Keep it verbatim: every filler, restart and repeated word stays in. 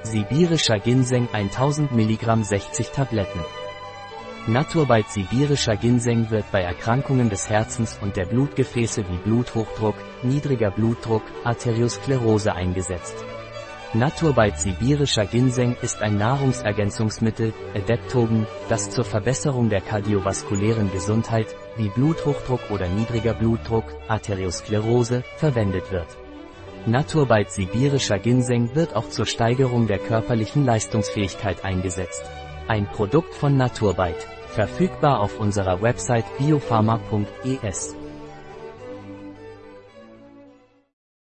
Sibirischer Ginseng tausend Milligramm sechzig Tabletten. Naturbite sibirischer Ginseng wird bei Erkrankungen des Herzens und der Blutgefäße wie Bluthochdruck, niedriger Blutdruck, Arteriosklerose eingesetzt. Naturbite sibirischer Ginseng ist ein Nahrungsergänzungsmittel, Adaptogen, das zur Verbesserung der kardiovaskulären Gesundheit, wie Bluthochdruck oder niedriger Blutdruck, Arteriosklerose, verwendet wird. Naturbite sibirischer Ginseng wird auch zur Steigerung der körperlichen Leistungsfähigkeit eingesetzt. Ein Produkt von Naturbite, verfügbar auf unserer Website biopharma punkt es.